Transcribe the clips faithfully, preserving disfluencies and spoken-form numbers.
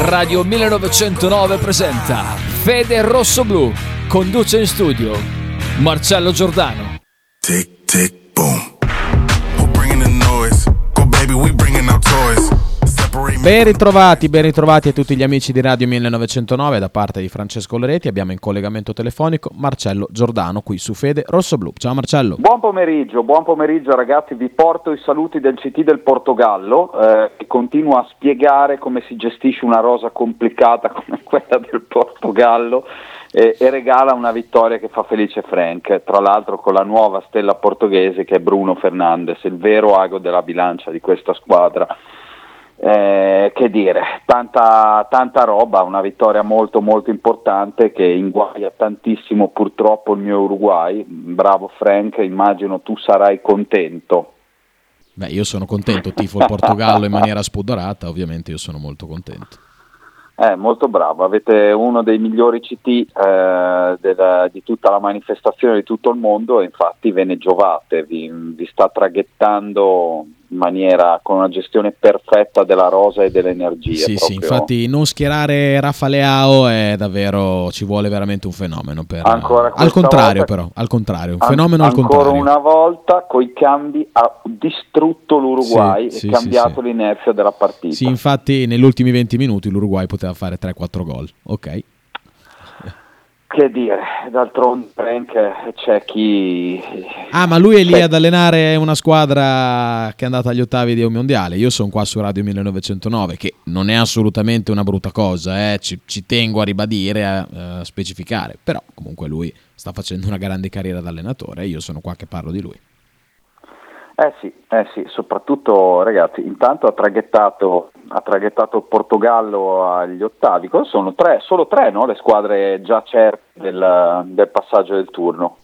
Radio millenovecentonove presenta Fede Rossoblu. Conduce in studio Marcello Giordano. Tick, tick, boom. We're bringing the noise. Go baby, we bringing our toys. Ben ritrovati, ben ritrovati a tutti gli amici di Radio millenovecentonove da parte di Francesco Loretti. Abbiamo in collegamento telefonico Marcello Giordano qui su Fede Rossoblu. Ciao Marcello. Buon pomeriggio, buon pomeriggio ragazzi, vi porto i saluti del C T del Portogallo eh, che continua a spiegare come si gestisce una rosa complicata come quella del Portogallo eh, e regala una vittoria che fa felice Frank, tra l'altro con la nuova stella portoghese che è Bruno Fernandes, il vero ago della bilancia di questa squadra. Eh, che dire, tanta, tanta roba, una vittoria molto molto importante che inguaglia tantissimo purtroppo il mio Uruguay. Bravo Frank, immagino tu sarai contento. Beh, io sono contento, tifo il Portogallo in maniera spudorata, ovviamente io sono molto contento. Eh, molto bravo, avete uno dei migliori C T eh, della, di tutta la manifestazione di tutto il mondo e infatti ve ne giovate, vi, vi sta traghettando in maniera con una gestione perfetta della rosa e dell'energia. Sì, proprio. sì, infatti non schierare Rafa Leao è davvero, ci vuole veramente un fenomeno per, ancora al contrario volta, però, al contrario, un an- fenomeno al contrario. Ancora una volta coi cambi ha distrutto l'Uruguay sì, e sì, cambiato sì, sì. l'inerzia della partita. Sì, infatti negli ultimi venti minuti l'Uruguay poteva fare tre quattro gol, ok. Che dire, d'altronde Frank c'è chi... Ah, ma lui è lì c'è... ad allenare una squadra che è andata agli ottavi di un mondiale. Io sono qua su Radio millenovecentonove, che non è assolutamente una brutta cosa, eh? ci, ci tengo a ribadire, a, a specificare. Però comunque lui sta facendo una grande carriera da allenatore e io sono qua che parlo di lui. Eh sì, eh sì, soprattutto ragazzi, intanto ha traghettato, ha traghettato il Portogallo agli ottavi. Cosa sono? Tre, solo tre, no? Le squadre già certe del, del passaggio del turno.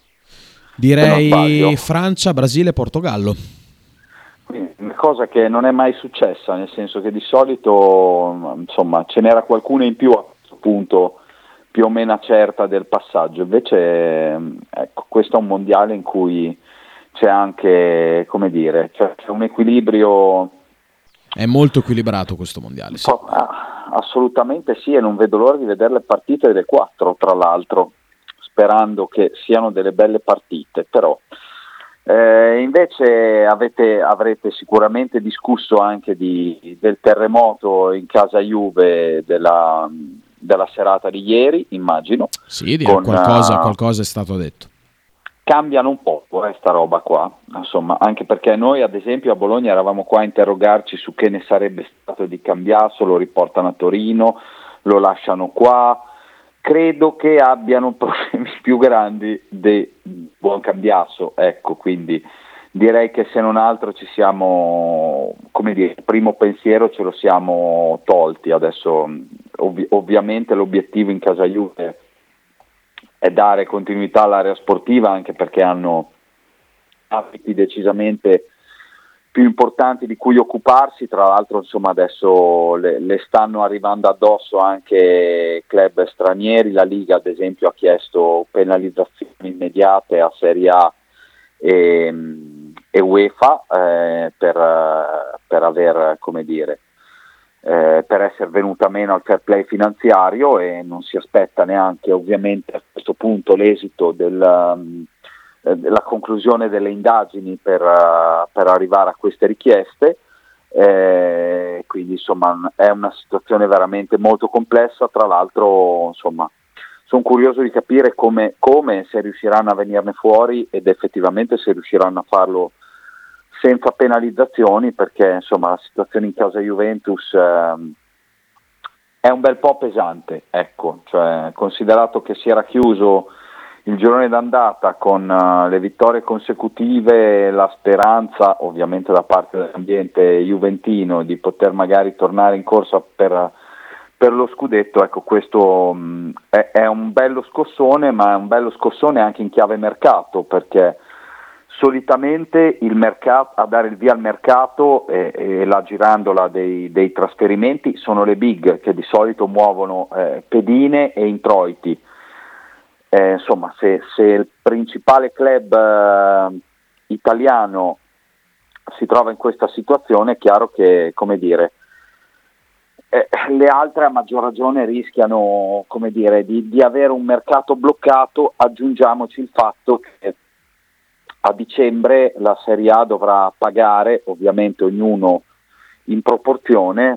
Direi Francia, Brasile, Portogallo. Quindi, una cosa che non è mai successa, nel senso che di solito insomma ce n'era qualcuno in più a questo punto più o meno certa del passaggio. Invece ecco, questo è un mondiale in cui c'è anche, come dire, cioè, c'è un equilibrio. È molto equilibrato questo mondiale, sì. Ah, assolutamente sì, e non vedo l'ora di vedere le partite delle quattro, tra l'altro, sperando che siano delle belle partite, però. Eh, invece avete, avrete sicuramente discusso anche di, del terremoto in casa Juve della, della serata di ieri, immagino. Sì, con, qualcosa, qualcosa è stato detto. Cambiano un po' eh, sta roba qua, insomma, anche perché noi ad esempio a Bologna eravamo qua a interrogarci su che ne sarebbe stato di Cambiaso, lo riportano a Torino, lo lasciano qua, credo che abbiano problemi più grandi di buon Cambiaso, ecco, quindi direi che se non altro ci siamo, come dire, il primo pensiero ce lo siamo tolti, adesso ovvi- ovviamente l'obiettivo in casa Juve è dare continuità all'area sportiva, anche perché hanno ambiti decisamente più importanti di cui occuparsi, tra l'altro insomma adesso le, le stanno arrivando addosso anche club stranieri, la Liga ad esempio ha chiesto penalizzazioni immediate a Serie A e, e UEFA eh, per, per aver, come dire, Eh, per essere venuta meno al fair play finanziario e non si aspetta neanche ovviamente a questo punto l'esito del, um, eh, della conclusione delle indagini per, uh, per arrivare a queste richieste, eh, quindi insomma è una situazione veramente molto complessa. Tra l'altro insomma sono curioso di capire come, come se riusciranno a venirne fuori ed effettivamente se riusciranno a farlo senza penalizzazioni, perché insomma la situazione in casa Juventus ehm, è un bel po' pesante, ecco, cioè considerato che si era chiuso il girone d'andata con uh, le vittorie consecutive, la speranza ovviamente da parte dell'ambiente juventino di poter magari tornare in corsa per, per lo scudetto, ecco questo mh, è, è un bello scossone, ma è un bello scossone anche in chiave mercato, perché solitamente il mercato, a dare il via al mercato e, e la girandola dei, dei trasferimenti sono le big che di solito muovono eh, pedine e introiti. Eh, insomma, se, se il principale club eh, italiano si trova in questa situazione, è chiaro che, come dire, eh, le altre a maggior ragione rischiano, come dire, di, di avere un mercato bloccato. Aggiungiamoci il fatto che a dicembre la Serie A dovrà pagare, ovviamente ognuno in proporzione,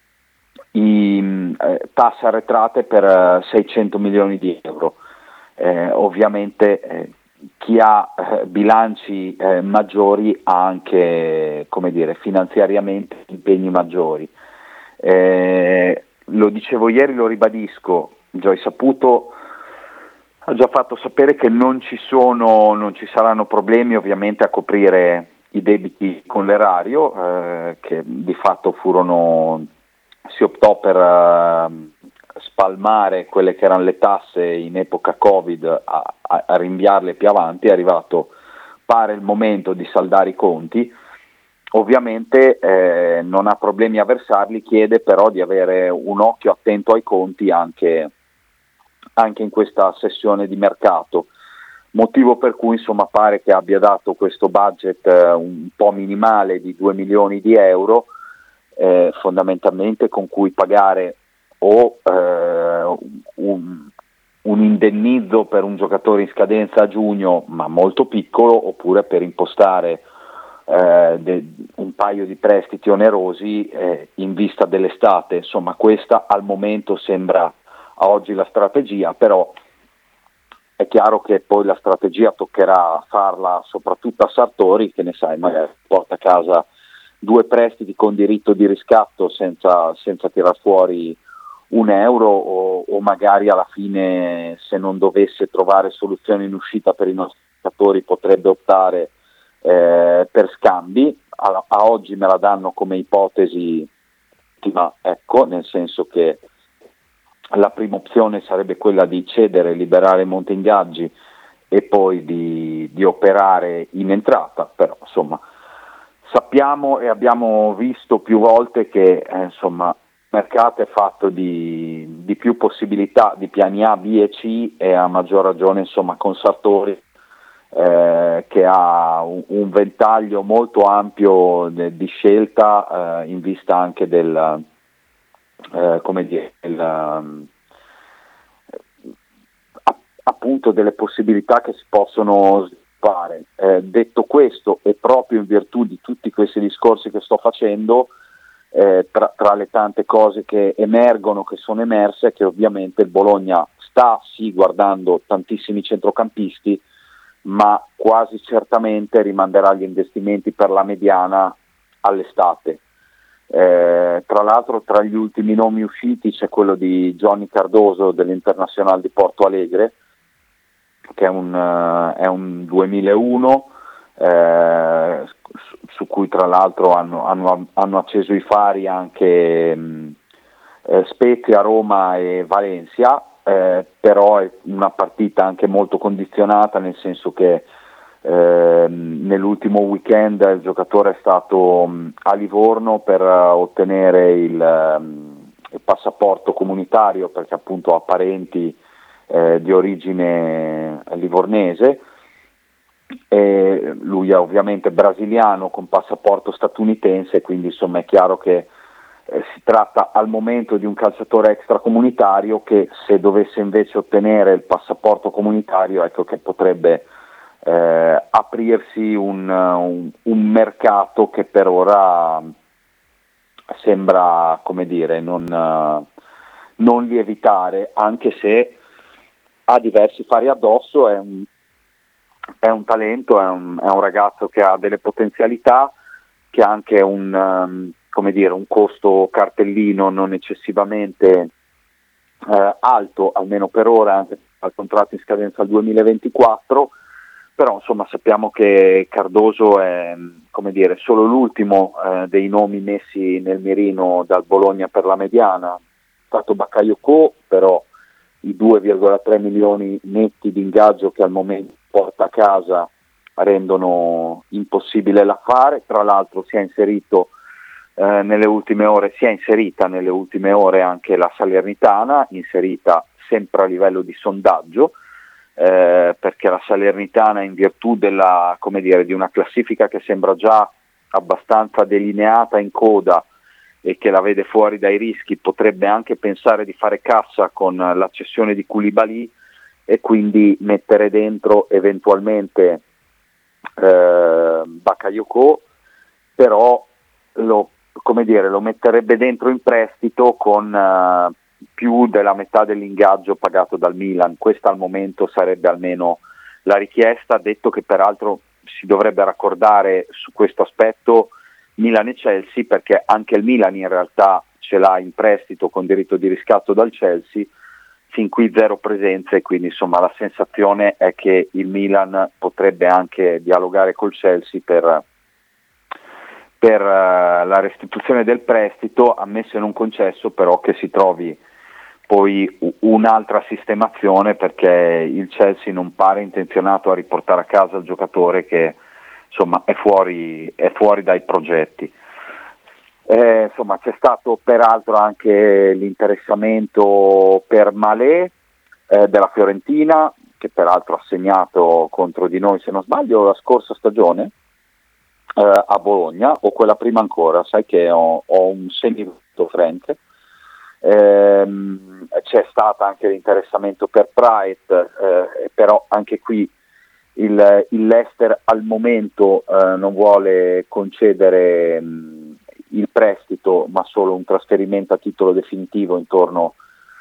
i, eh, tasse arretrate per eh, seicento milioni di euro. Eh, ovviamente eh, chi ha eh, bilanci eh, maggiori ha anche, come dire, finanziariamente impegni maggiori. Eh, lo dicevo ieri, lo ribadisco, Joy Saputo ha già fatto sapere che non ci sono, non ci saranno problemi ovviamente a coprire i debiti con l'erario, eh, che di fatto furono, si optò per uh, spalmare quelle che erano le tasse in epoca Covid, a, a, a rinviarle più avanti. È arrivato, pare, il momento di saldare i conti. Ovviamente eh, non ha problemi a versarli, chiede però di avere un occhio attento ai conti anche, anche in questa sessione di mercato, motivo per cui insomma pare che abbia dato questo budget eh, un po' minimale di due milioni di euro, eh, fondamentalmente con cui pagare o eh, un, un indennizzo per un giocatore in scadenza a giugno ma molto piccolo, oppure per impostare eh, de, un paio di prestiti onerosi eh, in vista dell'estate. Insomma, questa al momento sembra a oggi la strategia, però è chiaro che poi la strategia toccherà farla soprattutto a Sartori, che ne sai, magari porta a casa due prestiti con diritto di riscatto senza, senza tirar fuori un euro, o, o magari alla fine, se non dovesse trovare soluzioni in uscita per i nostri giocatori, potrebbe optare eh, per scambi. A, a oggi me la danno come ipotesi, ma ecco, nel senso che la prima opzione sarebbe quella di cedere, liberare Monte Ingaggi e poi di, di operare in entrata, però insomma sappiamo e abbiamo visto più volte che eh, insomma il mercato è fatto di, di più possibilità, di piani A, B e C, e a maggior ragione insomma con Sartori eh, che ha un, un ventaglio molto ampio de, di scelta eh, in vista anche del Eh, come dire, il, um, appunto delle possibilità che si possono sviluppare. Eh, detto questo, e proprio in virtù di tutti questi discorsi che sto facendo, eh, tra, tra le tante cose che emergono, che sono emerse, che ovviamente il Bologna sta sì guardando tantissimi centrocampisti, ma quasi certamente rimanderà gli investimenti per la mediana all'estate. Eh, tra l'altro tra gli ultimi nomi usciti c'è quello di Johnny Cardoso dell'Internazionale di Porto Alegre, che è un, uh, è un duemilauno, eh, su, su cui tra l'altro hanno, hanno, hanno acceso i fari anche mh, eh, Spezia, Roma e Valencia, eh, però è una partita anche molto condizionata, nel senso che Eh, nell'ultimo weekend il giocatore è stato mh, a Livorno per uh, ottenere il, um, il passaporto comunitario, perché appunto ha parenti eh, di origine livornese, e lui è ovviamente brasiliano con passaporto statunitense, quindi insomma è chiaro che eh, si tratta al momento di un calciatore extracomunitario che, se dovesse invece ottenere il passaporto comunitario, ecco che potrebbe Eh, aprirsi un, un, un mercato che per ora sembra, come dire, non, uh, non lievitare, anche se ha diversi fari addosso. È un, è un talento, è un, è un ragazzo che ha delle potenzialità, che ha anche un, um, come dire, un costo cartellino non eccessivamente uh, alto, almeno per ora, anche al contratto in scadenza al duemilaventiquattro. Però insomma sappiamo che Cardoso è, come dire, solo l'ultimo eh, dei nomi messi nel mirino dal Bologna per la mediana. È stato Bakayoko, però i due virgola tre milioni netti di ingaggio che al momento porta a casa rendono impossibile l'affare. Tra l'altro si è inserito eh, nelle ultime ore, si è inserita nelle ultime ore anche la Salernitana, inserita sempre a livello di sondaggio. Eh, perché la Salernitana, in virtù della, come dire, di una classifica che sembra già abbastanza delineata in coda, e che la vede fuori dai rischi, potrebbe anche pensare di fare cassa con la cessione di Koulibaly e quindi mettere dentro eventualmente eh, Bakayoko, però lo, come dire, lo metterebbe dentro in prestito con eh, più della metà dell'ingaggio pagato dal Milan. Questa al momento sarebbe almeno la richiesta, detto che peraltro si dovrebbe raccordare su questo aspetto Milan e Chelsea, perché anche il Milan in realtà ce l'ha in prestito con diritto di riscatto dal Chelsea, fin qui zero presenze, quindi insomma la sensazione è che il Milan potrebbe anche dialogare col Chelsea per, per uh, la restituzione del prestito, ammesso e non concesso però che si trovi poi un'altra sistemazione, perché il Chelsea non pare intenzionato a riportare a casa il giocatore che insomma è fuori, è fuori dai progetti. Eh, insomma c'è stato peraltro anche l'interessamento per Malé eh, della Fiorentina, che peraltro ha segnato contro di noi, se non sbaglio, la scorsa stagione eh, a Bologna, o quella prima ancora, sai che ho, ho un semivuoto Frank. Eh, c'è stato anche l'interessamento per Praet, eh, però anche qui il, il Leicester al momento eh, non vuole concedere mh, il prestito, ma solo un trasferimento a titolo definitivo intorno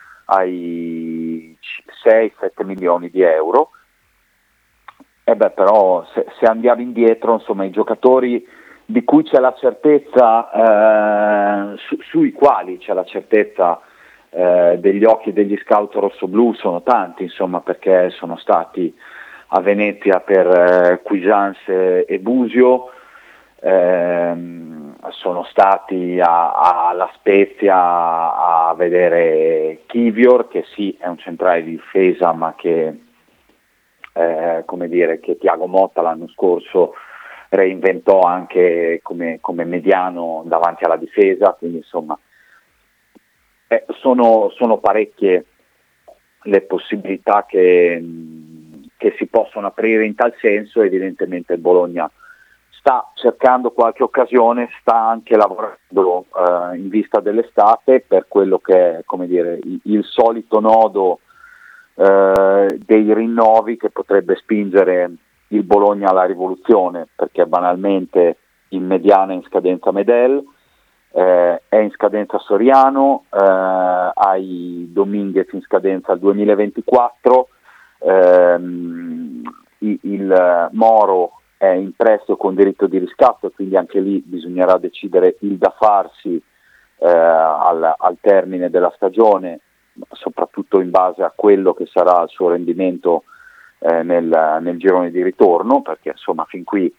ai sei sette milioni di euro. E beh, però se, se andiamo indietro, insomma, i giocatori di cui c'è la certezza, eh, su, sui quali c'è la certezza eh, degli occhi degli scout rossoblù sono tanti, insomma, perché sono stati a Venezia per eh, Cuisance e Busio, ehm, sono stati alla Spezia a vedere Kivior, che sì è un centrale di difesa, ma che eh, come dire che Thiago Motta l'anno scorso reinventò anche come, come mediano davanti alla difesa, quindi insomma eh, sono, sono parecchie le possibilità che, che si possono aprire in tal senso. Evidentemente il Bologna sta cercando qualche occasione, sta anche lavorando eh, in vista dell'estate per quello che è, come dire, il, il solito nodo eh, dei rinnovi che potrebbe spingere il Bologna alla rivoluzione, perché banalmente in mediana è in scadenza Medel, eh, è in scadenza Soriano, eh, hai Dominguez in scadenza al duemilaventiquattro, ehm, il, il Moro è in prestito con diritto di riscatto, quindi anche lì bisognerà decidere il da farsi eh, al, al termine della stagione, soprattutto in base a quello che sarà il suo rendimento eh, nel, nel girone di ritorno, perché insomma fin qui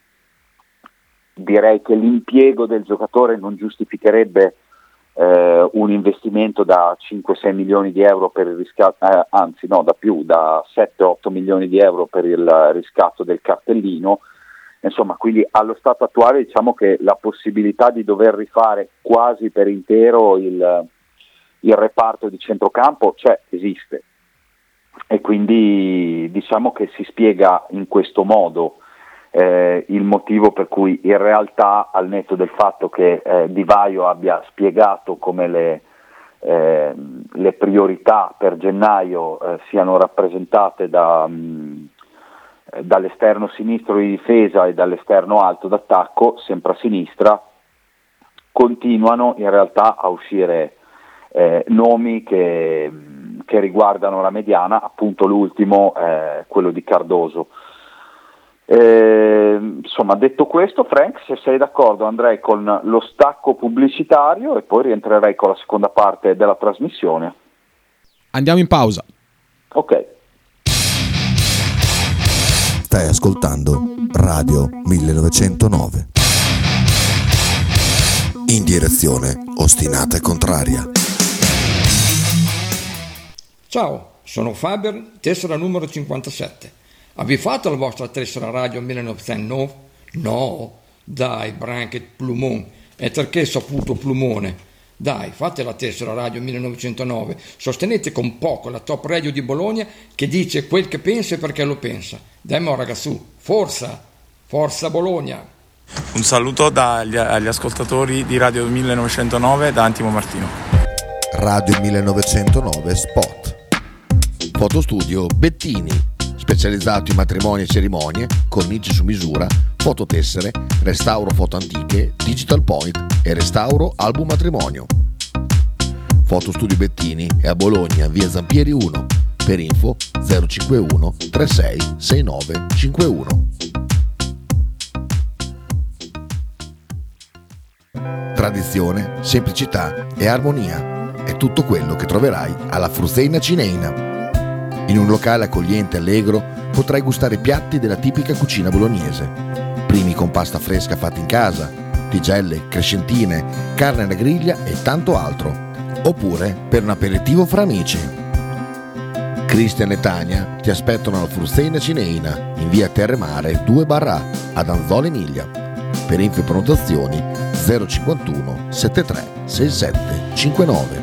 direi che l'impiego del giocatore non giustificherebbe eh, un investimento da cinque sei milioni di euro per il riscatto, eh, anzi no, da più, da sette otto milioni di euro per il riscatto del cartellino. Insomma, quindi allo stato attuale diciamo che la possibilità di dover rifare quasi per intero il, il reparto di centrocampo c'è, esiste, e quindi diciamo che si spiega in questo modo eh, il motivo per cui in realtà, al netto del fatto che eh, Di Vaio abbia spiegato come le, eh, le priorità per gennaio eh, siano rappresentate da... Mh, dall'esterno sinistro di difesa e dall'esterno alto d'attacco, sempre a sinistra, continuano in realtà a uscire eh, nomi che, che riguardano la mediana, appunto l'ultimo è eh, quello di Cardoso. Eh, insomma, detto questo, Frank, se sei d'accordo andrei con lo stacco pubblicitario e poi rientrerei con la seconda parte della trasmissione. Andiamo in pausa. Ok. Stai ascoltando Radio millenovecentonove. In direzione ostinata e contraria. Ciao, sono Faber, tessera numero cinquantasette. Avete fatto la vostra tessera Radio millenovecentonove? No? Dai, Branket Plumon. E perché saputo Plumone? Dai, fate la tessera Radio millenovecentonove, sostenete con poco la top radio di Bologna che dice quel che pensa e perché lo pensa. Dai mo ragazzu, forza, forza Bologna! Un saluto dagli, agli ascoltatori di Radio millenovecentonove da Antimo Martino. Radio millenovecentonove Spot. Fotostudio Bettini, specializzato in matrimoni e cerimonie, cornici su misura, fototessere, restauro foto antiche, digital point e restauro album matrimonio. Fotostudio Bettini è a Bologna, via Zampieri uno. Per info zero cinquantuno trentasei sessantanove cinquantuno. Tradizione, semplicità e armonia è tutto quello che troverai alla Fruzeina Cineina. In un locale accogliente e allegro potrai gustare piatti della tipica cucina bolognese. Primi con pasta fresca fatta in casa, tigelle, crescentine, carne alla griglia e tanto altro. Oppure per un aperitivo fra amici. Cristian e Tania ti aspettano alla Fruzeina Cineina in via Terremare due barra A ad Anzola Emilia. Per info e prenotazioni zero cinquantuno settantatré sessantasette cinquantanove.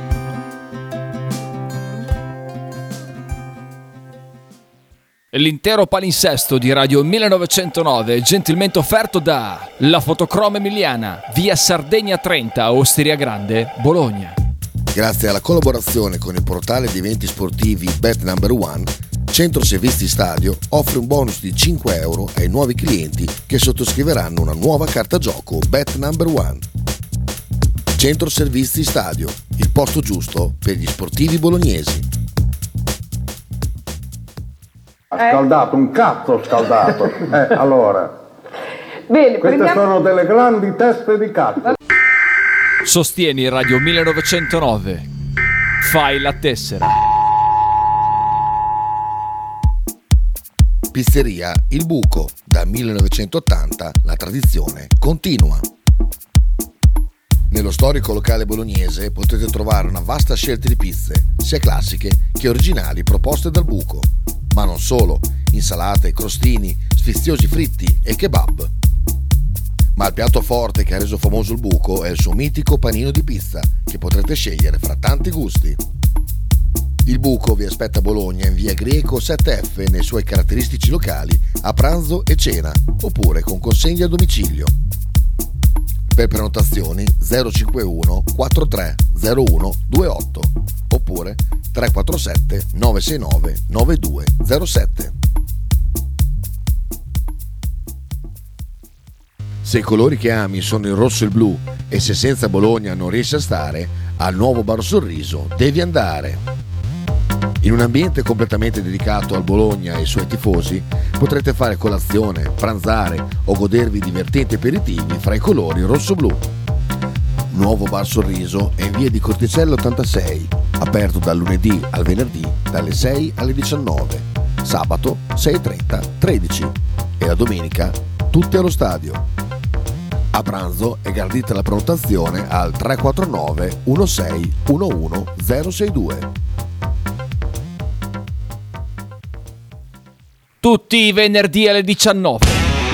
L'intero palinsesto di Radio millenovecentonove è gentilmente offerto da La Fotocroma Emiliana, via Sardegna trenta, Osteria Grande, Bologna. Grazie alla collaborazione con il portale di eventi sportivi Bet Number One, Centro Servizi Stadio offre un bonus di cinque euro ai nuovi clienti che sottoscriveranno una nuova carta gioco Bet Number One. Centro Servizi Stadio, il posto giusto per gli sportivi bolognesi. Ha scaldato, un cazzo scaldato. Eh, allora. Bene, queste prendiamo... sono delle grandi teste di cazzo. Sostieni Radio millenovecentonove. Fai la tessera. Pizzeria Il Buco. Da millenovecentottanta la tradizione continua. Nello storico locale bolognese potete trovare una vasta scelta di pizze, sia classiche che originali proposte dal Buco. Ma non solo, insalate, crostini, sfiziosi fritti e kebab. Ma il piatto forte che ha reso famoso il Buco è il suo mitico panino di pizza, che potrete scegliere fra tanti gusti. Il Buco vi aspetta a Bologna in via Greco sette F nei suoi caratteristici locali a pranzo e cena, oppure con consegna a domicilio. Per prenotazioni zero cinquantuno quarantatré zero uno ventotto oppure tre quattro sette nove sei nove nove due zero sette. Se i colori che ami sono il rosso e il blu e se senza Bologna non riesci a stare, al nuovo Bar Sorriso devi andare. In un ambiente completamente dedicato al Bologna e ai suoi tifosi potrete fare colazione, pranzare o godervi divertenti aperitivi fra i colori rosso-blu. Nuovo Bar Sorriso è in via di Corticello ottantasei, aperto dal lunedì al venerdì dalle sei alle diciannove, sabato sei e trenta tredici e la domenica tutti allo stadio. A pranzo è gradita la prenotazione al tre quattro nove uno sei uno uno zero sei due. Tutti i venerdì alle diciannove.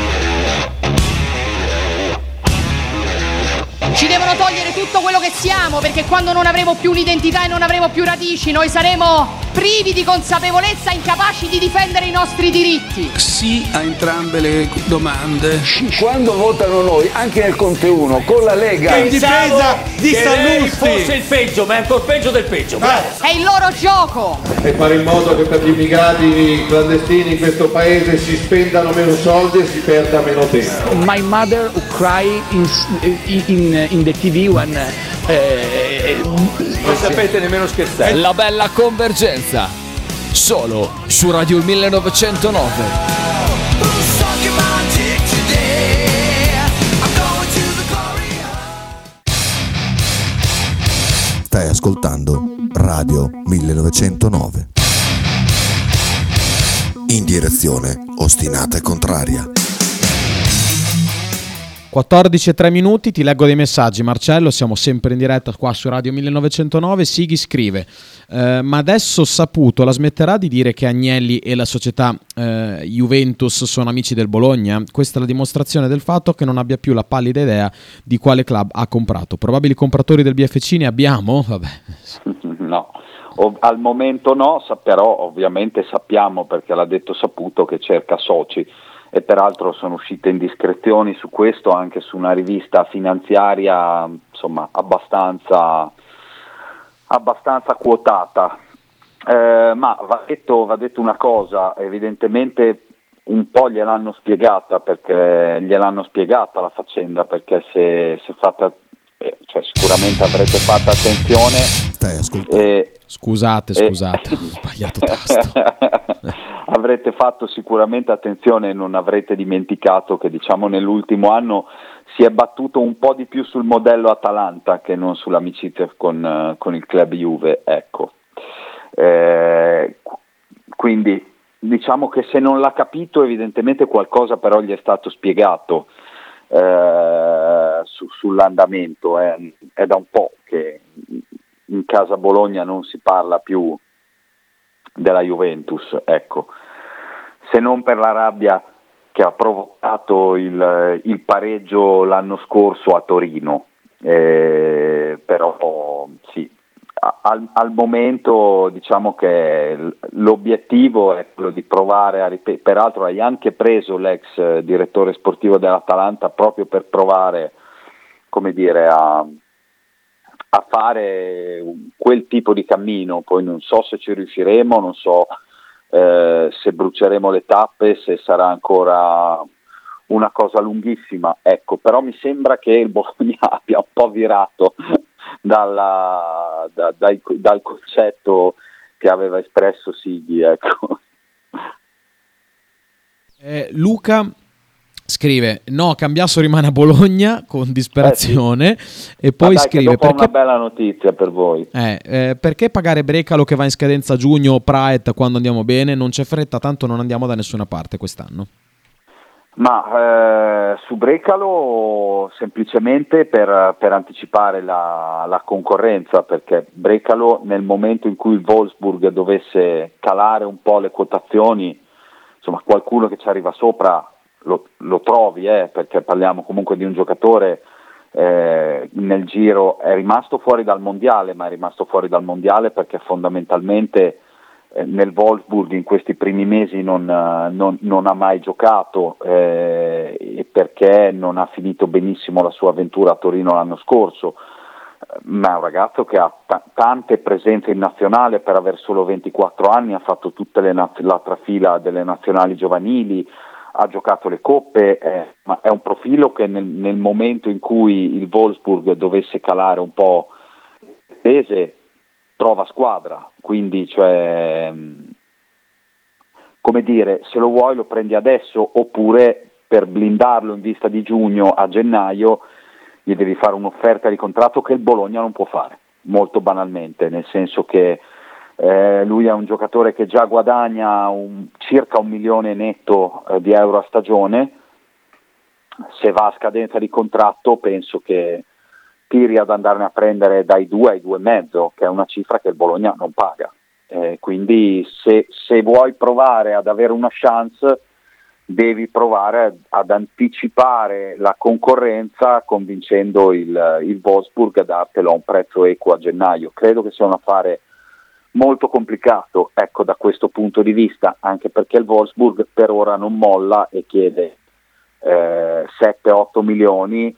Ci devono togliere tutto quello che siamo, perché quando non avremo più un'identità e non avremo più radici, noi saremo privi di consapevolezza, incapaci di difendere i nostri diritti. Sì a entrambe le domande. Quando votano noi, anche nel Conte uno, con la Lega, in difesa di Sallusti, fosse il peggio, ma è ancora peggio del peggio. Ah. È il loro gioco. E fare in modo che per gli immigrati clandestini in questo paese si spendano meno soldi e si perda meno tempo. My mother who cry in, in, in the T V when eh, non sapete nemmeno scherzare. La bella convergenza solo su Radio millenovecentonove. Stai ascoltando Radio millenovecentonove. In direzione ostinata e contraria. quattordici e tre minuti, ti leggo dei messaggi. Marcello, siamo sempre in diretta qua su Radio millenovecentonove. Sighi scrive: eh, ma adesso saputo, la smetterà di dire che Agnelli e la società eh, Juventus sono amici del Bologna? Questa è la dimostrazione del fatto che non abbia più la pallida idea di quale club ha comprato. Probabili compratori del B F C ne abbiamo? Vabbè. No, o, al momento no, sa, però ovviamente sappiamo, perché l'ha detto Saputo, che cerca soci. e peraltro sono uscite indiscrezioni su questo anche su una rivista finanziaria, insomma, abbastanza, abbastanza quotata. Eh, ma va detto, va detto una cosa, evidentemente un po' gliel'hanno spiegata, perché gliel'hanno spiegata la faccenda, perché se, se fatta, eh, cioè sicuramente avrete fatto attenzione. Eh, Scusate, scusate, eh, ho sbagliato tasto. Avrete fatto sicuramente attenzione e non avrete dimenticato che, diciamo, nell'ultimo anno si è battuto un po' di più sul modello Atalanta che non sull'amicizia con, con il club Juve, ecco. Eh, quindi diciamo che se non l'ha capito, evidentemente qualcosa però gli è stato spiegato eh, su, sull'andamento. Eh. È da un po' che in casa Bologna non si parla più della Juventus, ecco, se non per la rabbia che ha provocato il, il pareggio l'anno scorso a Torino, eh, però sì, al, al momento diciamo che l'obiettivo è quello di provare a ripetere. Peraltro hai anche preso l'ex direttore sportivo dell'Atalanta proprio per provare, come dire, a a fare quel tipo di cammino. Poi non so se ci riusciremo, non so eh, se bruceremo le tappe, se sarà ancora una cosa lunghissima, ecco, però mi sembra che il Bologna abbia un po' virato dalla, da, dai, dal concetto che aveva espresso Sighi, ecco. eh, Luca scrive: no, Cambiasso rimane a Bologna, con disperazione. Eh sì. E poi dai, scrive: dopo perché... una bella notizia per voi. Eh, eh, perché pagare Brecalo che va in scadenza a giugno o Praet quando andiamo bene? Non c'è fretta, tanto non andiamo da nessuna parte quest'anno. Ma eh, su Brecalo semplicemente per, per anticipare la, la concorrenza, perché Brecalo nel momento in cui il Wolfsburg dovesse calare un po' le quotazioni, insomma qualcuno che ci arriva sopra Lo, lo trovi, eh, perché parliamo comunque di un giocatore eh, nel giro, è rimasto fuori dal mondiale, ma è rimasto fuori dal mondiale perché fondamentalmente eh, nel Wolfsburg in questi primi mesi non, non, non ha mai giocato eh, e perché non ha finito benissimo la sua avventura a Torino l'anno scorso, ma è un ragazzo che ha t- tante presenze in nazionale, per aver solo ventiquattro anni ha fatto tutte le naz- la trafila delle nazionali giovanili, ha giocato le coppe, eh, ma è un profilo che nel, nel momento in cui il Wolfsburg dovesse calare un po' pese, trova squadra, quindi cioè, come dire, se lo vuoi lo prendi adesso, oppure per blindarlo in vista di giugno a gennaio gli devi fare un'offerta di contratto che il Bologna non può fare, molto banalmente, nel senso che Eh, lui è un giocatore che già guadagna un, circa un milione netto eh, di euro a stagione. Se va a scadenza di contratto penso che tiri ad andarne a prendere dai due ai due e mezzo, che è una cifra che il Bologna non paga. Eh, quindi se, se vuoi provare ad avere una chance devi provare ad anticipare la concorrenza convincendo il, il Wolfsburg a dartelo a un prezzo equo a gennaio. Credo che sia un affare molto complicato, ecco, da questo punto di vista, anche perché il Wolfsburg per ora non molla e chiede eh, sette otto milioni.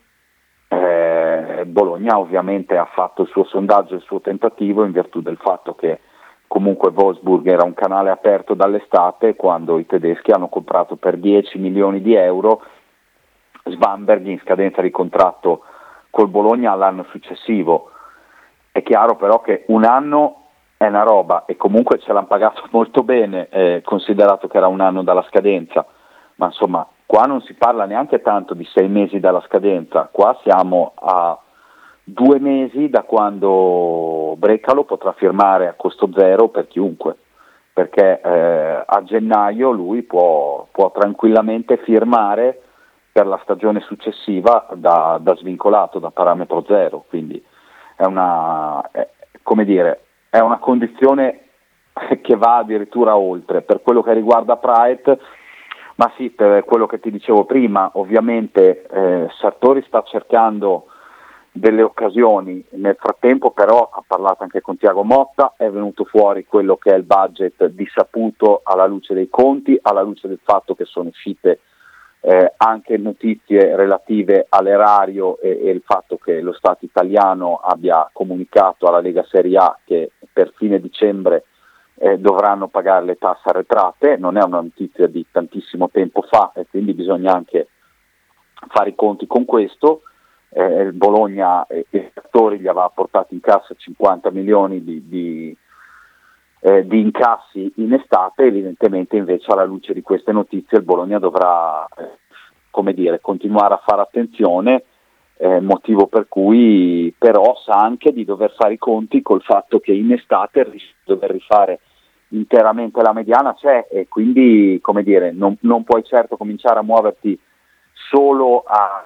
eh, Bologna ovviamente ha fatto il suo sondaggio, il suo tentativo, in virtù del fatto che comunque Wolfsburg era un canale aperto dall'estate, quando i tedeschi hanno comprato per dieci milioni di euro Svanberg in scadenza di contratto col Bologna l'anno successivo. È chiaro però che un anno è una roba e comunque ce l'hanno pagato molto bene, eh, considerato che era un anno dalla scadenza, ma insomma qua non si parla neanche tanto di sei mesi dalla scadenza, qua siamo a due mesi da quando Brecalo potrà firmare a costo zero per chiunque, perché eh, a gennaio lui può, può tranquillamente firmare per la stagione successiva da, da svincolato, da parametro zero, quindi è una, è, come dire, è una condizione che va addirittura oltre. Per quello che riguarda Praet, ma sì, per quello che ti dicevo prima, ovviamente eh, Sartori sta cercando delle occasioni, nel frattempo però ha parlato anche con Thiago Motta, è venuto fuori quello che è il budget disaputo alla luce dei conti, alla luce del fatto che sono uscite eh, anche notizie relative all'erario e, e il fatto che lo Stato italiano abbia comunicato alla Lega Serie A che per fine dicembre eh, dovranno pagare le tasse arretrate. Non è una notizia di tantissimo tempo fa e quindi bisogna anche fare i conti con questo. Eh, il Bologna e i giocatori gli aveva portato in cassa cinquanta milioni di, di, eh, di incassi in estate. Evidentemente invece alla luce di queste notizie il Bologna dovrà eh, come dire, continuare a fare attenzione, eh, motivo per cui però sa anche di dover fare i conti col fatto che in estate il rischio di dover rifare interamente la mediana c'è, e quindi come dire non, non puoi certo cominciare a muoverti solo a,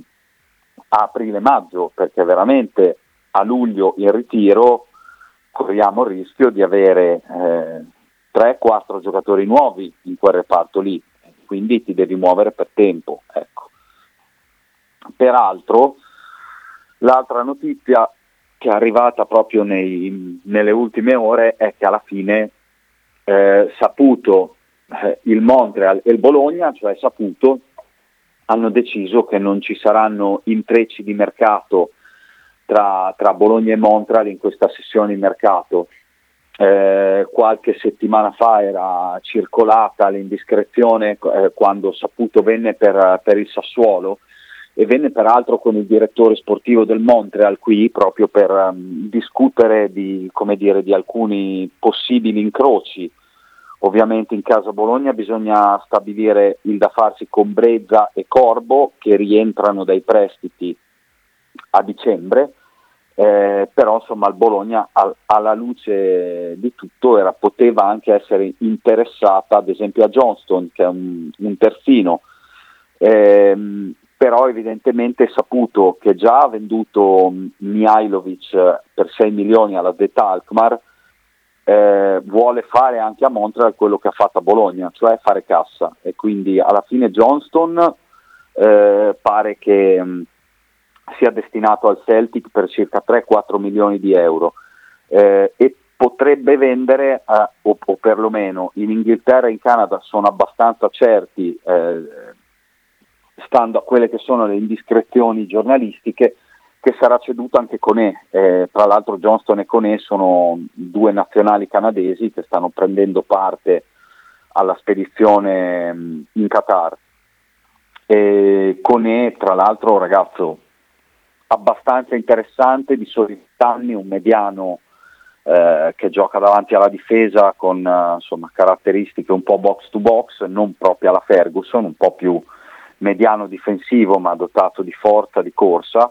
a aprile-maggio, perché veramente a luglio in ritiro corriamo il rischio di avere eh, tre quattro giocatori nuovi in quel reparto lì, quindi ti devi muovere per tempo, ecco. Peraltro l'altra notizia che è arrivata proprio nei, nelle ultime ore è che alla fine eh, saputo eh, il Montreal e il Bologna, cioè saputo, hanno deciso che non ci saranno intrecci di mercato tra, tra Bologna e Montreal in questa sessione di mercato. Eh, qualche settimana fa era circolata l'indiscrezione eh, quando saputo venne per, per il Sassuolo, e venne peraltro con il direttore sportivo del Montreal qui proprio per um, discutere di, come dire, di alcuni possibili incroci. Ovviamente in casa Bologna bisogna stabilire il da farsi con Brezza e Corbo, che rientrano dai prestiti a dicembre. Eh, però insomma il Bologna al, alla luce di tutto era, poteva anche essere interessata ad esempio a Johnston, che è un, un terzino, eh, però evidentemente saputo che già ha venduto Mihailovic per sei milioni alla Z Alkmaar, eh, vuole fare anche a Montreal quello che ha fatto a Bologna, cioè fare cassa, e quindi alla fine Johnston eh, pare che mh, sia destinato al Celtic per circa tre quattro milioni di euro, eh, e potrebbe vendere, eh, o, o perlomeno in Inghilterra e in Canada sono abbastanza certi, eh, stando a quelle che sono le indiscrezioni giornalistiche, che sarà ceduto anche Koné. Eh, tra l'altro Johnston e Koné sono due nazionali canadesi che stanno prendendo parte alla spedizione mh, in Qatar. E Koné, tra l'altro, ragazzo abbastanza interessante, di soli anni, un mediano eh, che gioca davanti alla difesa con uh, insomma caratteristiche un po' box to box, non proprio alla Ferguson, un po' più mediano difensivo ma dotato di forza, di corsa,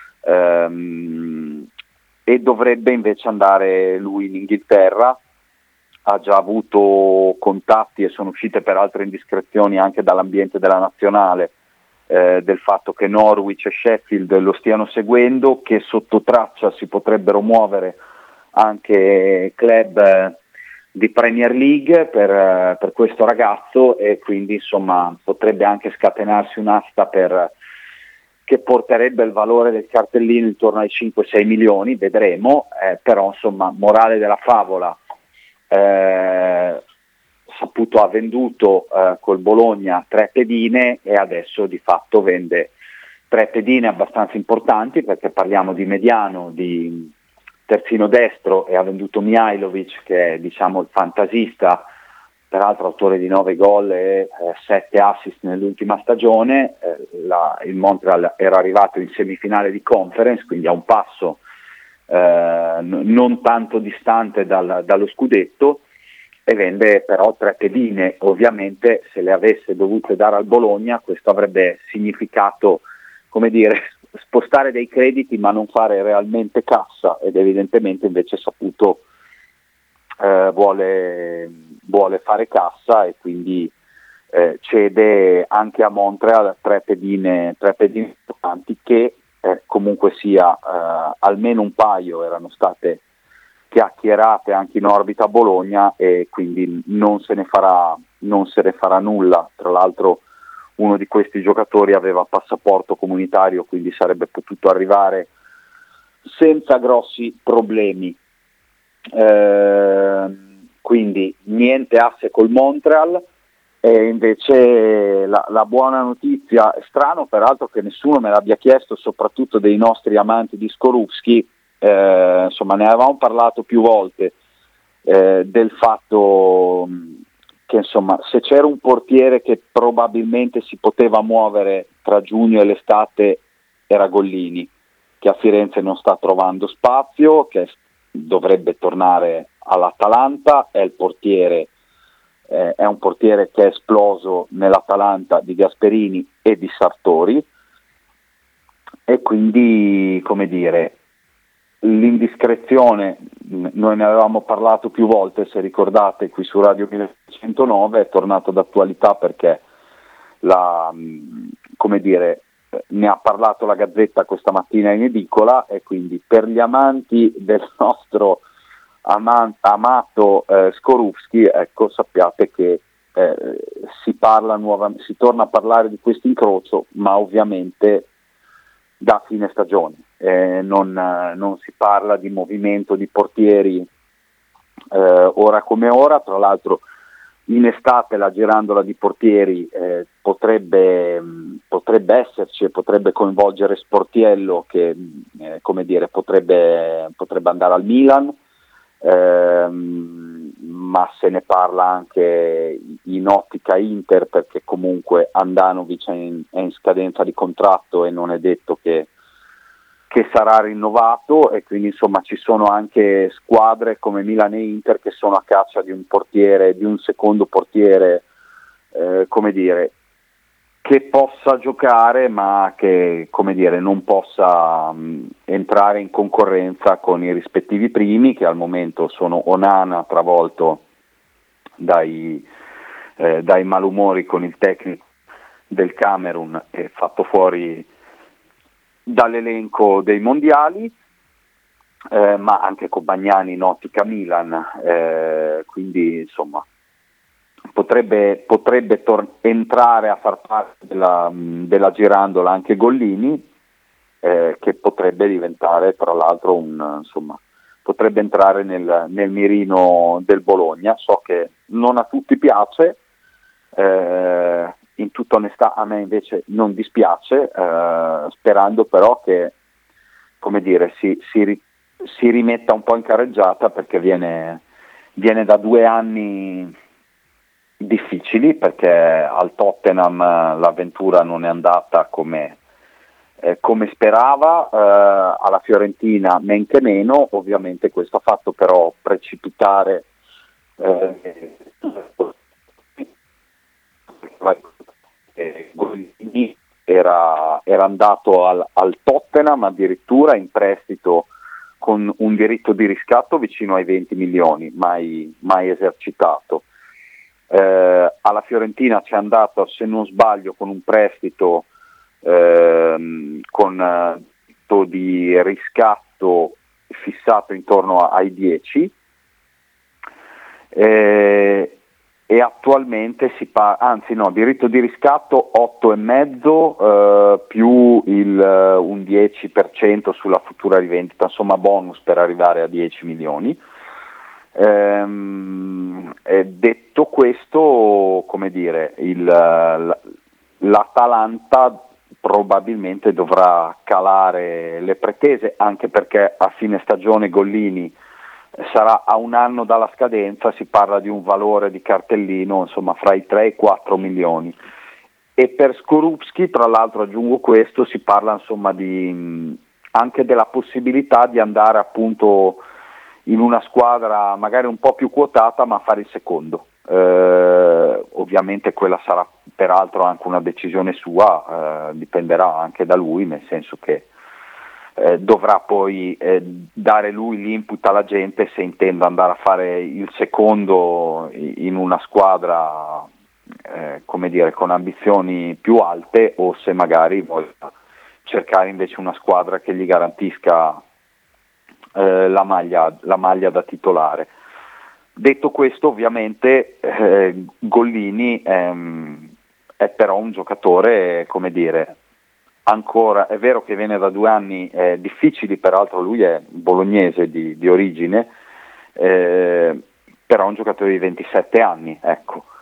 ehm, e dovrebbe invece andare lui in Inghilterra. Ha già avuto contatti e sono uscite per altre indiscrezioni anche dall'ambiente della nazionale, Eh, del fatto che Norwich e Sheffield lo stiano seguendo, che sotto traccia si potrebbero muovere anche club eh, di Premier League per, eh, per questo ragazzo, e quindi insomma potrebbe anche scatenarsi un'asta per, che porterebbe il valore del cartellino intorno ai cinque sei milioni, vedremo, eh, però insomma morale della favola, eh, Saputo ha venduto eh, col Bologna tre pedine e adesso di fatto vende tre pedine abbastanza importanti, perché parliamo di mediano, di terzino destro, e ha venduto Mihailovic, che è diciamo il fantasista, peraltro autore di nove gol e sette assist nell'ultima stagione. Eh, la, il Montreal era arrivato in semifinale di conference, quindi a un passo eh, n- non tanto distante dal, dallo scudetto, e vende però tre pedine. Ovviamente se le avesse dovute dare al Bologna questo avrebbe significato, come dire, spostare dei crediti ma non fare realmente cassa, ed evidentemente invece Saputo eh, vuole, vuole fare cassa, e quindi eh, cede anche a Montreal tre pedine, tre pedine importanti che eh, comunque sia eh, almeno un paio erano state chiacchierate anche in orbita a Bologna, e quindi non se ne farà, non se ne farà nulla. Tra l'altro uno di questi giocatori aveva passaporto comunitario, quindi sarebbe potuto arrivare senza grossi problemi. Eh, quindi niente asse col Montreal, E invece la, la buona notizia, è strano peraltro che nessuno me l'abbia chiesto, soprattutto dei nostri amanti di Skorupski, eh, insomma ne avevamo parlato più volte, eh, del fatto che insomma se c'era un portiere che probabilmente si poteva muovere tra giugno e l'estate era Gollini, che a Firenze non sta trovando spazio, che dovrebbe tornare all'Atalanta, è il portiere eh, è un portiere che è esploso nell'Atalanta di Gasperini e di Sartori, e quindi, come dire, l'indiscrezione, noi ne avevamo parlato più volte, se ricordate, qui su Radio millecentonove, è tornato d'attualità perché la, come dire, ne ha parlato la Gazzetta questa mattina in edicola, e quindi per gli amanti del nostro ama- amato eh, Skorupski, ecco, sappiate che eh, si parla nuova, si torna a parlare di questo incrocio, ma ovviamente da fine stagione, eh, non, non si parla di movimento di portieri eh, ora come ora. Tra l'altro in estate la girandola di portieri eh, potrebbe, mh, potrebbe esserci e potrebbe coinvolgere Sportiello che eh, come dire, potrebbe, potrebbe andare al Milan, ehm, ma se ne parla anche in ottica Inter, perché comunque Andanovic è in, è in scadenza di contratto e non è detto che che sarà rinnovato, e quindi insomma ci sono anche squadre come Milan e Inter che sono a caccia di un portiere, di un secondo portiere, eh, come dire, che possa giocare ma che, come dire, non possa mh, entrare in concorrenza con i rispettivi primi, che al momento sono Onana, travolto dai, eh, dai malumori con il tecnico del Camerun e fatto fuori dall'elenco dei mondiali, eh, ma anche con Bagnani in ottica Milan, eh, quindi insomma potrebbe, potrebbe tor- entrare a far parte della, della girandola anche Gollini, eh, che potrebbe diventare tra l'altro un, insomma, potrebbe entrare nel, nel mirino del Bologna. So che non a tutti piace, eh, in tutta onestà a me invece non dispiace, eh, sperando però che, come dire, si, si, ri, si rimetta un po' in carreggiata, perché viene, viene da due anni difficili, perché al Tottenham l'avventura non è andata come, eh, come sperava, eh, alla Fiorentina men che meno, ovviamente questo ha fatto però precipitare eh, Eh, Gollini era, era andato al, al Tottenham addirittura in prestito con un diritto di riscatto vicino ai venti milioni, mai, mai esercitato. Eh, alla Fiorentina c'è andato, se non sbaglio, con un prestito eh, con eh, di riscatto fissato intorno ai dieci, eh, e attualmente si parla, anzi no, diritto di riscatto otto e mezzo eh, più il, uh, un dieci per cento sulla futura rivendita, insomma bonus per arrivare a dieci milioni. Ehm, e detto questo, come dire, il, l'Atalanta probabilmente dovrà calare le pretese, anche perché a fine stagione Gollini sarà a un anno dalla scadenza, si parla di un valore di cartellino insomma fra i tre e i quattro milioni. E per Skorupski, tra l'altro aggiungo questo, si parla insomma di, anche della possibilità di andare appunto in una squadra magari un po' più quotata, ma fare il secondo. Eh, ovviamente quella sarà peraltro anche una decisione sua, eh, dipenderà anche da lui, nel senso che Eh, dovrà poi eh, dare lui l'input alla gente se intende andare a fare il secondo in una squadra eh, come dire, con ambizioni più alte, o se magari vuole cercare invece una squadra che gli garantisca eh, la maglia, la maglia da titolare. Detto questo, ovviamente eh, Gollini ehm, è però un giocatore, come dire, ancora, è vero che viene da due anni eh, difficili, peraltro lui è bolognese di, di origine, eh, però è un giocatore di ventisette anni, ecco.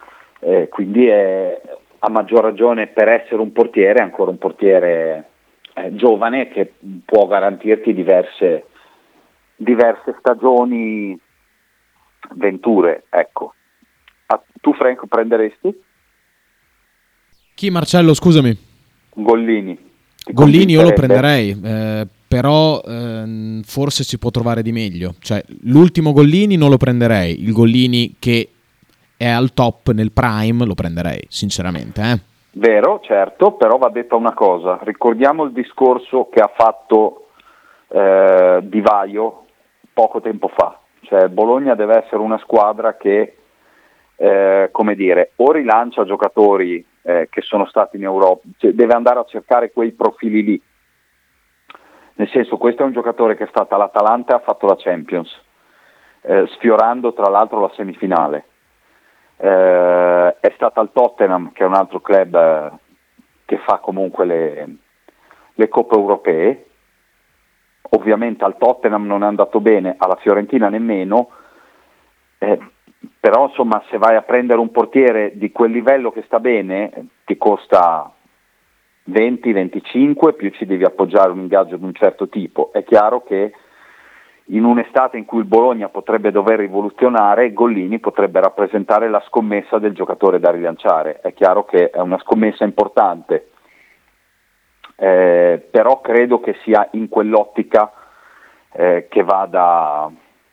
eh, quindi è a maggior ragione per essere un portiere, ancora un portiere eh, giovane che può garantirti diverse, diverse stagioni, venture, ecco. Ah, tu Franco prenderesti? Chi, Marcello, scusami? Gollini. Ti Gollini io lo convincerebbe? prenderei, eh, però ehm, forse si può trovare di meglio. Cioè, l'ultimo Gollini non lo prenderei, il Gollini che è al top nel prime lo prenderei, sinceramente. Eh. Vero, certo, però va detta una cosa, ricordiamo il discorso che ha fatto eh, Di Vaio poco tempo fa, cioè Bologna deve essere una squadra che, eh, come dire, o rilancia giocatori eh, che sono stati in Europa, cioè deve andare a cercare quei profili lì, nel senso, questo è un giocatore che è stato all'Atalanta e ha fatto la Champions, eh, sfiorando tra l'altro la semifinale. Eh, è stato al Tottenham, che è un altro club eh, che fa comunque le, le coppe europee. Ovviamente al Tottenham non è andato bene, alla Fiorentina nemmeno, eh, però insomma se vai a prendere un portiere di quel livello che sta bene ti costa venti venticinque, più ci devi appoggiare un ingaggio di un certo tipo. È chiaro che in un'estate in cui il Bologna potrebbe dover rivoluzionare, Gollini potrebbe rappresentare la scommessa del giocatore da rilanciare. È chiaro che è una scommessa importante, eh, però credo che sia in quell'ottica eh, che vada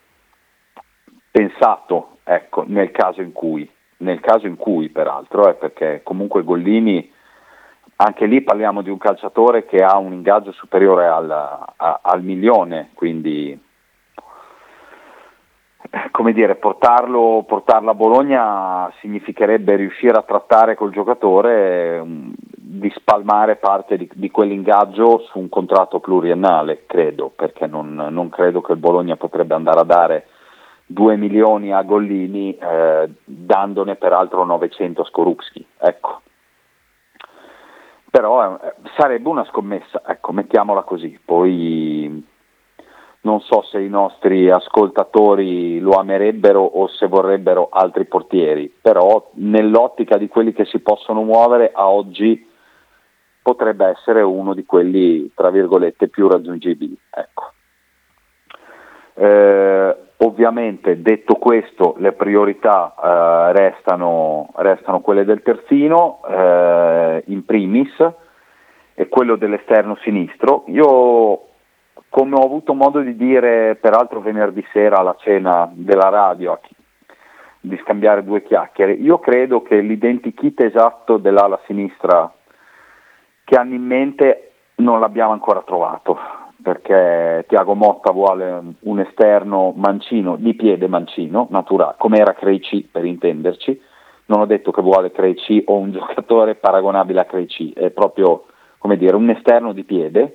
pensato, ecco, nel caso in cui, nel caso in cui peraltro, eh, perché comunque Gollini, anche lì parliamo di un calciatore che ha un ingaggio superiore al, a, al milione, quindi come dire, portarlo, portarlo a Bologna significherebbe riuscire a trattare col giocatore, um, di spalmare parte di, di quell'ingaggio su un contratto pluriennale, credo, perché non, non credo che il Bologna potrebbe andare a dare due milioni a Gollini, eh, dandone peraltro novecento a Skorupski, ecco. Però eh, sarebbe una scommessa, ecco, mettiamola così. Poi non so se i nostri ascoltatori lo amerebbero o se vorrebbero altri portieri, però nell'ottica di quelli che si possono muovere a oggi potrebbe essere uno di quelli, tra virgolette, più raggiungibili, ecco. Eh, ovviamente, detto questo, le priorità eh, restano, restano quelle del terzino, eh, in primis, e quello dell'esterno sinistro. Io, come ho avuto modo di dire peraltro venerdì sera alla cena della radio, di scambiare due chiacchiere, io credo che l'identikit esatto dell'ala sinistra che hanno in mente non l'abbiamo ancora trovato, perché Thiago Motta vuole un esterno mancino, di piede mancino, naturale, come era Krejci per intenderci. Non ho detto che vuole Krejci o un giocatore paragonabile a Krejci, è proprio, come dire, un esterno di piede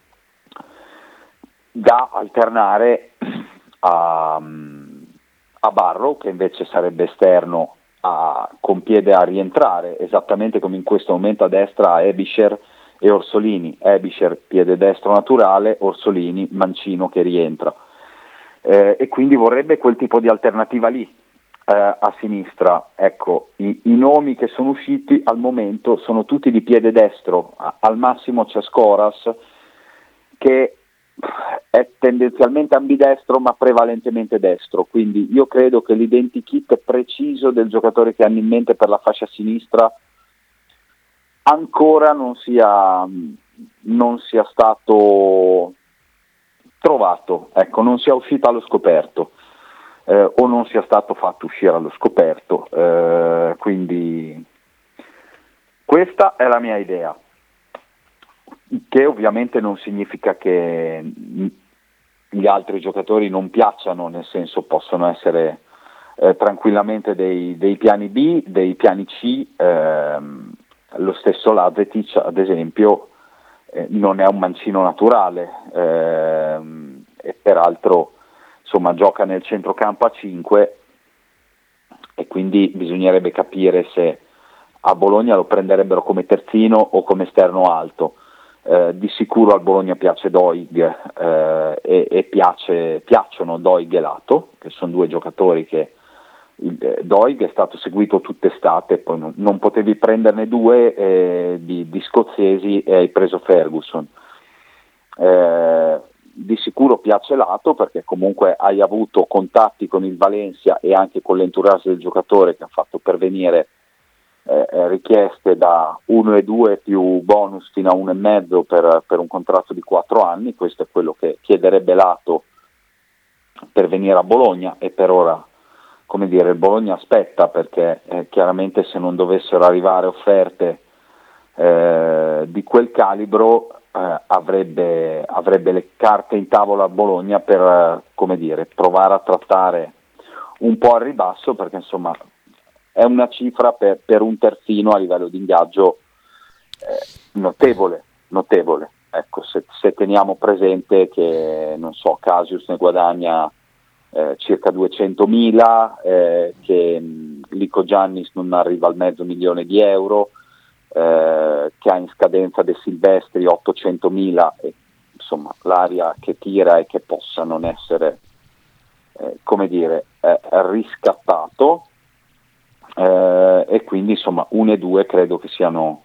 da alternare a, a Barrow, che invece sarebbe esterno a, con piede a rientrare, esattamente come in questo momento a destra Ebischer e Orsolini. Ebischer piede destro naturale, Orsolini mancino che rientra, eh, e quindi vorrebbe quel tipo di alternativa lì, eh, a sinistra. Ecco, i, i nomi che sono usciti al momento sono tutti di piede destro, a, al massimo c'è Skoras che è tendenzialmente ambidestro ma prevalentemente destro, quindi io credo che l'identikit preciso del giocatore che hanno in mente per la fascia sinistra ancora non sia, non sia stato trovato, ecco, non sia uscito allo scoperto, eh, o non sia stato fatto uscire allo scoperto, eh, quindi questa è la mia idea, che ovviamente non significa che gli altri giocatori non piacciono, nel senso possono essere eh, tranquillamente dei, dei piani B, dei piani C. ehm, Lo stesso Lazetic, ad esempio, eh, non è un mancino naturale, ehm, e peraltro insomma gioca nel centrocampo a cinque, e quindi bisognerebbe capire se a Bologna lo prenderebbero come terzino o come esterno alto. Eh, di sicuro al Bologna piace Doig, eh, e, e piace, piacciono Doig e Lato, che sono due giocatori che il eh, Doig è stato seguito tutt'estate, poi non, non potevi prenderne due eh, di, di scozzesi e hai preso Ferguson. Eh, di sicuro piace Lato, perché comunque hai avuto contatti con il Valencia e anche con l'entourage del giocatore, che ha fatto pervenire eh, richieste da uno e due più bonus fino a uno e mezzo per, per un contratto di quattro anni. Questo è quello che chiederebbe Lato per venire a Bologna, e per ora, come dire, il Bologna aspetta, perché eh, chiaramente se non dovessero arrivare offerte eh, di quel calibro eh, avrebbe, avrebbe le carte in tavola a Bologna per eh, come dire, provare a trattare un po' al ribasso, perché insomma è una cifra per, per un terzino a livello di ingaggio eh, notevole, notevole. Ecco, se, se teniamo presente che, non so, Casius ne guadagna eh, circa duecentomila, eh, che mh, Lico Giannis non arriva al mezzo milione di euro, eh, che ha in scadenza De Silvestri ottocentomila, e, insomma, l'aria che tira è che possa non essere, eh, come dire, eh, riscattato, eh, e quindi insomma uno e due credo che siano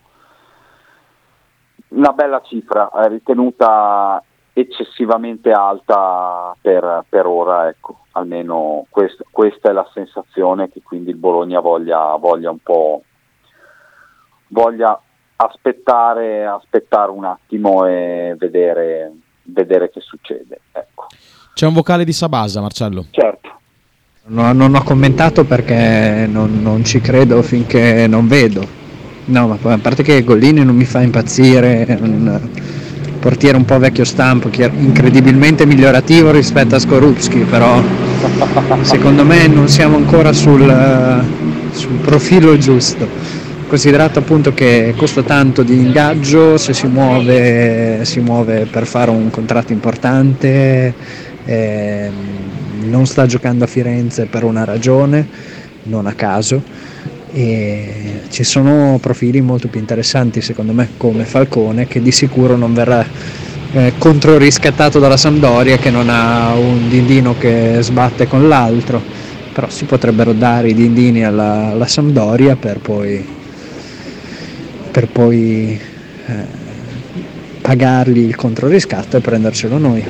una bella cifra, ritenuta eccessivamente alta per, per ora, ecco, almeno quest, questa è la sensazione, che quindi il Bologna voglia, voglia un po' voglia aspettare, aspettare un attimo e vedere, vedere che succede, ecco. C'è un vocale di Sabasa, Marcello. Certo. No, non ho commentato perché non, non ci credo finché non vedo. No, ma a parte che Gollini non mi fa impazzire, è un portiere un po' vecchio stampo, incredibilmente migliorativo rispetto a Skorupski, però secondo me non siamo ancora sul, sul profilo giusto, considerato appunto che costa tanto di ingaggio, se si muove, si muove per fare un contratto importante, eh, non sta giocando a Firenze per una ragione, non a caso. E ci sono profili molto più interessanti secondo me, come Falcone, che di sicuro non verrà eh, controriscattato dalla Sampdoria, che non ha un dindino che sbatte con l'altro, però si potrebbero dare i dindini alla, alla Sampdoria per poi per poi eh, pagargli il controriscatto e prendercelo noi.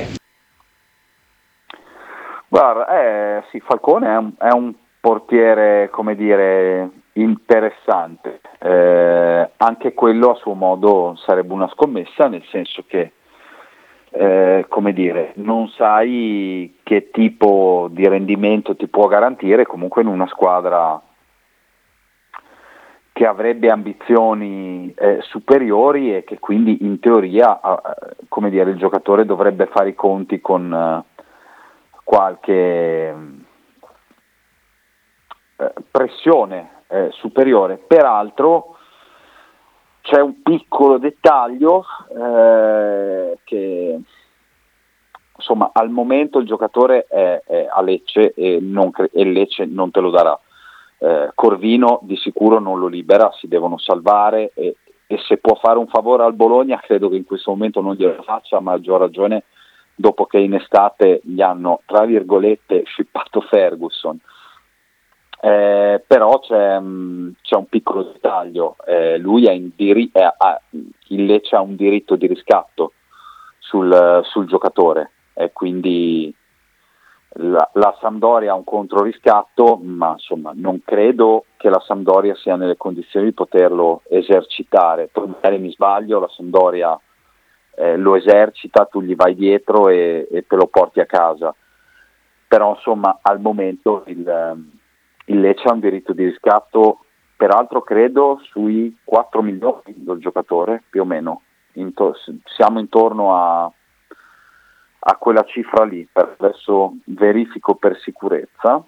Guarda, eh, sì, Falcone è un, è un portiere, come dire, interessante, eh, anche quello a suo modo sarebbe una scommessa, nel senso che eh, come dire, non sai che tipo di rendimento ti può garantire comunque in una squadra che avrebbe ambizioni eh, superiori, e che quindi in teoria eh, come dire, il giocatore dovrebbe fare i conti con eh, qualche eh, pressione Eh, superiore. Peraltro c'è un piccolo dettaglio eh, che insomma al momento il giocatore è, è a Lecce e, non cre- e Lecce non te lo darà. eh, Corvino di sicuro non lo libera, si devono salvare, e, e se può fare un favore al Bologna credo che in questo momento non glielo faccia, a maggior ragione dopo che in estate gli hanno tra virgolette shippato Ferguson. Eh, però c'è, mh, c'è un piccolo dettaglio, eh, lui è in diri- è, ha, il Lecce ha un diritto di riscatto sul, sul giocatore, e quindi la, la Sampdoria ha un controriscatto, ma insomma non credo che la Sampdoria sia nelle condizioni di poterlo esercitare. Poi magari mi sbaglio, la Sampdoria eh, lo esercita, tu gli vai dietro e, e te lo porti a casa, però insomma al momento il Il Lecce ha un diritto di riscatto, peraltro credo sui quattro milioni del giocatore, più o meno. Into- siamo intorno a, a quella cifra lì, per adesso verifico per sicurezza.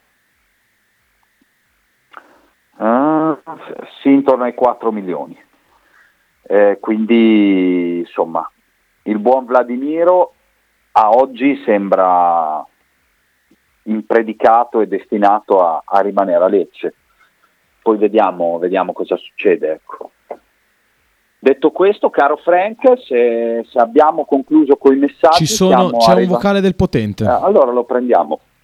Uh, sì, intorno ai quattro milioni. Eh, quindi, insomma, il buon Vladimiro a oggi sembra impredicato e destinato a, a rimanere a Lecce. Poi vediamo, vediamo cosa succede, ecco. Detto questo, caro Frank, se, se abbiamo concluso con i messaggi, Ci sono, c'è un arriva- vocale del potente. eh, allora lo prendiamo.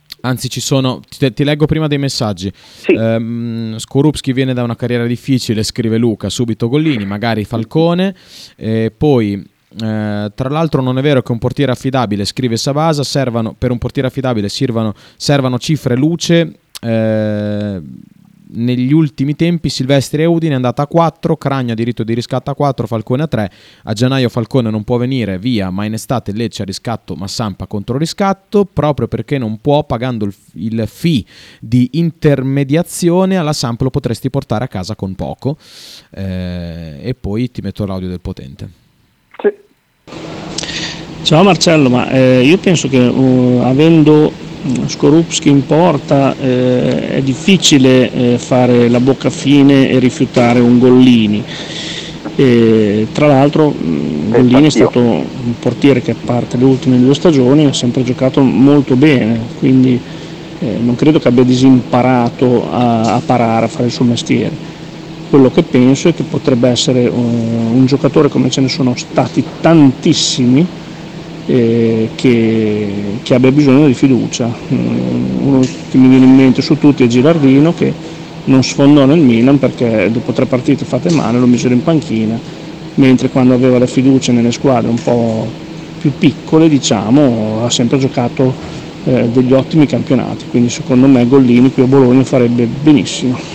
Anzi, ci sono, ti, ti leggo prima dei messaggi. Sì. ehm, Skorupski viene da una carriera difficile, scrive Luca, subito Gollini, magari Falcone, eh, poi eh, tra l'altro non è vero che un portiere affidabile, scrive Savasa, servano, per un portiere affidabile servano, servano cifre, luce. eh, Negli ultimi tempi Silvestri e Udine è andata a quattro, Cragno ha diritto di riscatto a quattro, Falcone a tre. A gennaio Falcone non può venire via, ma in estate Lecce a riscatto, ma Sampa contro riscatto, proprio perché non può, pagando il, il fee di intermediazione alla Sampa lo potresti portare a casa con poco. Eh, e poi ti metto l'audio del potente. Sì. Ciao Marcello, ma eh, io penso che uh, avendo Skorupski in porta eh, è difficile eh, fare la bocca fine e rifiutare un Gollini. E, tra l'altro mh, Gollini è stato un portiere che a parte le ultime due stagioni ha sempre giocato molto bene, quindi eh, non credo che abbia disimparato a, a parare, a fare il suo mestiere. Quello che penso è che potrebbe essere uh, un giocatore, come ce ne sono stati tantissimi, Eh, che, che abbia bisogno di fiducia. Mm, uno che mi viene in mente su tutti è Gilardino, che non sfondò nel Milan perché dopo tre partite fatte male lo misero in panchina, mentre quando aveva la fiducia nelle squadre un po' più piccole, diciamo, ha sempre giocato eh, degli ottimi campionati, quindi secondo me Gollini qui a Bologna farebbe benissimo.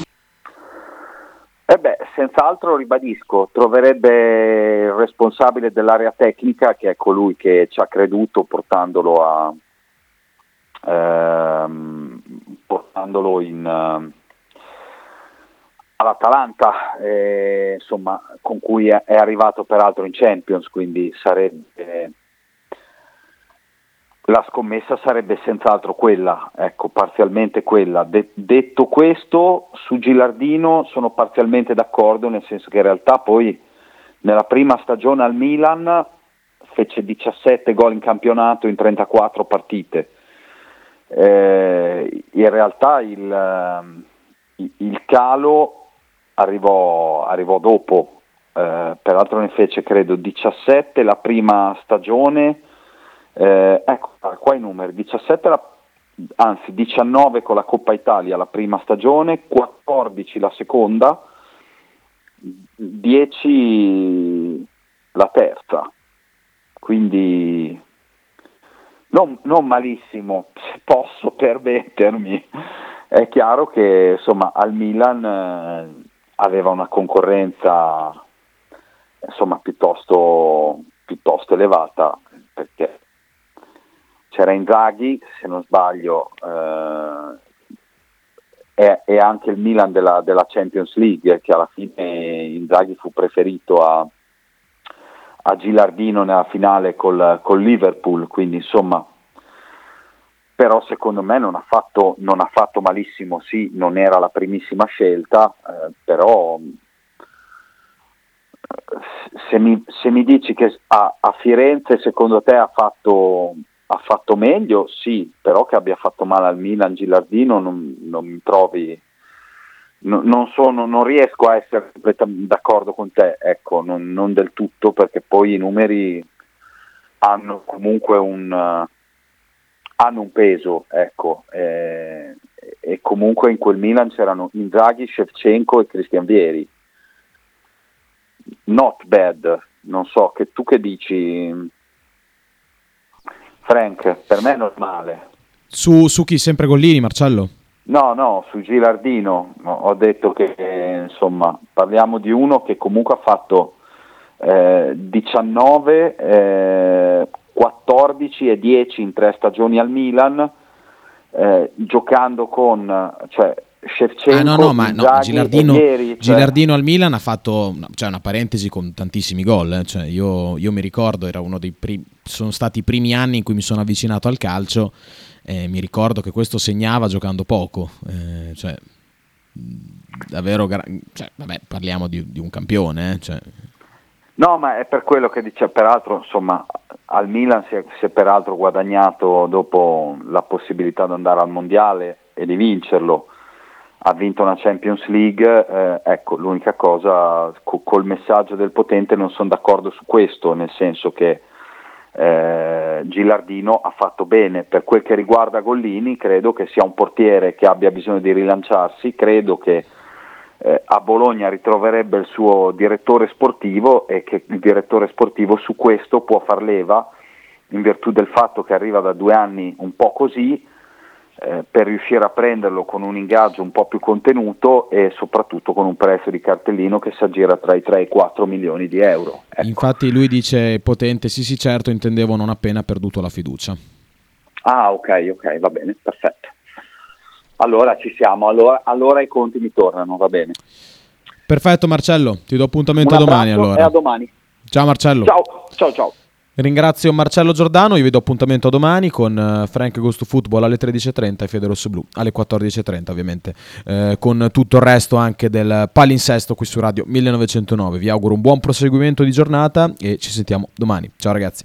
Eh beh, senz'altro ribadisco, troverebbe il responsabile dell'area tecnica, che è colui che ci ha creduto portandolo a ehm, portandolo in uh, all'Atalanta, eh, insomma, con cui è, è arrivato peraltro in Champions, quindi sarebbe la scommessa sarebbe senz'altro quella, ecco, parzialmente quella. De- detto questo, su Gilardino sono parzialmente d'accordo, nel senso che in realtà poi nella prima stagione al Milan fece diciassette gol in campionato in trentaquattro partite. Eh, in realtà il, il calo arrivò, arrivò dopo, eh, peraltro ne fece credo diciassette la prima stagione. Eh, ecco qua i numeri: diciassette la, anzi diciannove con la Coppa Italia la prima stagione, quattordici la seconda, dieci la terza, quindi non, non malissimo, se posso permettermi. È chiaro che insomma al Milan eh, aveva una concorrenza insomma piuttosto, piuttosto elevata, perché c'era Inzaghi, se non sbaglio, eh, e, e anche il Milan della, della Champions League, che alla fine Inzaghi fu preferito a, a Gilardino nella finale col, col Liverpool, quindi insomma, però secondo me non ha fatto, non ha fatto malissimo. Sì, non era la primissima scelta, eh, però se mi, se mi dici che a, a Firenze secondo te ha fatto... ha fatto meglio, sì, però che abbia fatto male al Milan Gilardino non, non mi trovi, no, non sono, non riesco a essere completamente d'accordo con te, ecco, non, non del tutto, perché poi i numeri hanno comunque un uh, hanno un peso, ecco, eh, e comunque in quel Milan c'erano Inzaghi, Shevchenko e Christian Vieri. Not bad, non so, che tu che dici, Frank? Per me è normale. Su, su chi? Sempre Gollini, Marcello? No, no, su Gilardino ho detto che eh, insomma parliamo di uno che comunque ha fatto eh, diciannove, eh, quattordici e dieci in tre stagioni al Milan, eh, giocando con, cioè, Shevchenko, ah, no, no, ma no, Gilardino, ieri, cioè... Gilardino al Milan ha fatto, cioè, una parentesi con tantissimi gol, eh. Cioè, io, io mi ricordo, era uno dei primi, sono stati i primi anni in cui mi sono avvicinato al calcio, e mi ricordo che questo segnava giocando poco, eh, cioè davvero, cioè, vabbè, parliamo di, di un campione, eh, cioè. No, ma è per quello che dice, peraltro insomma al Milan si è, si è peraltro guadagnato dopo la possibilità di andare al mondiale e di vincerlo. Ha vinto una Champions League, eh, ecco, l'unica cosa, col messaggio del potente non sono d'accordo su questo, nel senso che eh, eh, Gilardino ha fatto bene. Per quel che riguarda Gollini, credo che sia un portiere che abbia bisogno di rilanciarsi, credo che eh, a Bologna ritroverebbe il suo direttore sportivo e che il direttore sportivo su questo può far leva, in virtù del fatto che arriva da due anni un po' così, eh, per riuscire a prenderlo con un ingaggio un po' più contenuto e soprattutto con un prezzo di cartellino che si aggira tra i tre e i quattro milioni di euro. Ecco. Infatti lui dice potente, sì sì certo, intendevo non appena perduto la fiducia. Ah ok, ok, va bene, perfetto. Allora ci siamo, allora, allora i conti mi tornano, va bene. Perfetto Marcello, ti do appuntamento a domani allora. E a domani. Ciao Marcello. Ciao, ciao, ciao. Ringrazio Marcello Giordano, io vi do appuntamento a domani con Frank Goes to Football alle tredici e trenta e Fede Rosso Blu alle quattordici e trenta ovviamente, eh, con tutto il resto anche del palinsesto qui su Radio millenovecentonove. Vi auguro un buon proseguimento di giornata e ci sentiamo domani. Ciao ragazzi.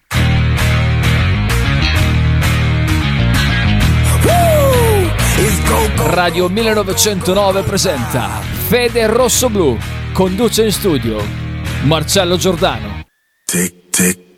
Radio millenovecentonove presenta Fede Rosso Blu, conduce in studio Marcello Giordano. Tic tic